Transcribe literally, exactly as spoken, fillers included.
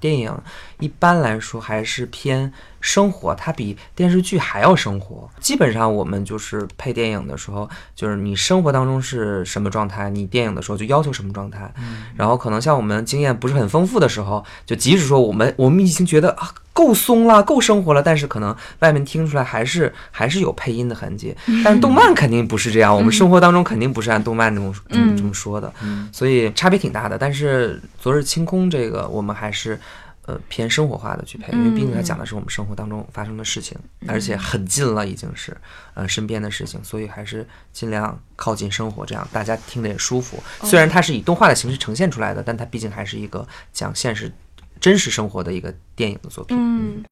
电影一般来说还是偏生活，它比电视剧还要生活。基本上我们就是配电影的时候，就是你生活当中是什么状态，你电影的时候就要求什么状态。嗯、然后可能像我们经验不是很丰富的时候，就即使说我们我们已经觉得啊够松了，够生活了，但是可能外面听出来还是还是有配音的痕迹。但是动漫肯定不是这样，我们生活当中肯定不是按动漫这么这么这么说的，所以差别挺大的。但是昨日清空这个，我们还是。呃，偏生活化的去配，因为毕竟它讲的是我们生活当中发生的事情，嗯、而且很近了，已经是呃身边的事情，所以还是尽量靠近生活，这样大家听得也舒服。虽然它是以动画的形式呈现出来的，但它毕竟还是一个讲现实、真实生活的一个电影的作品。嗯。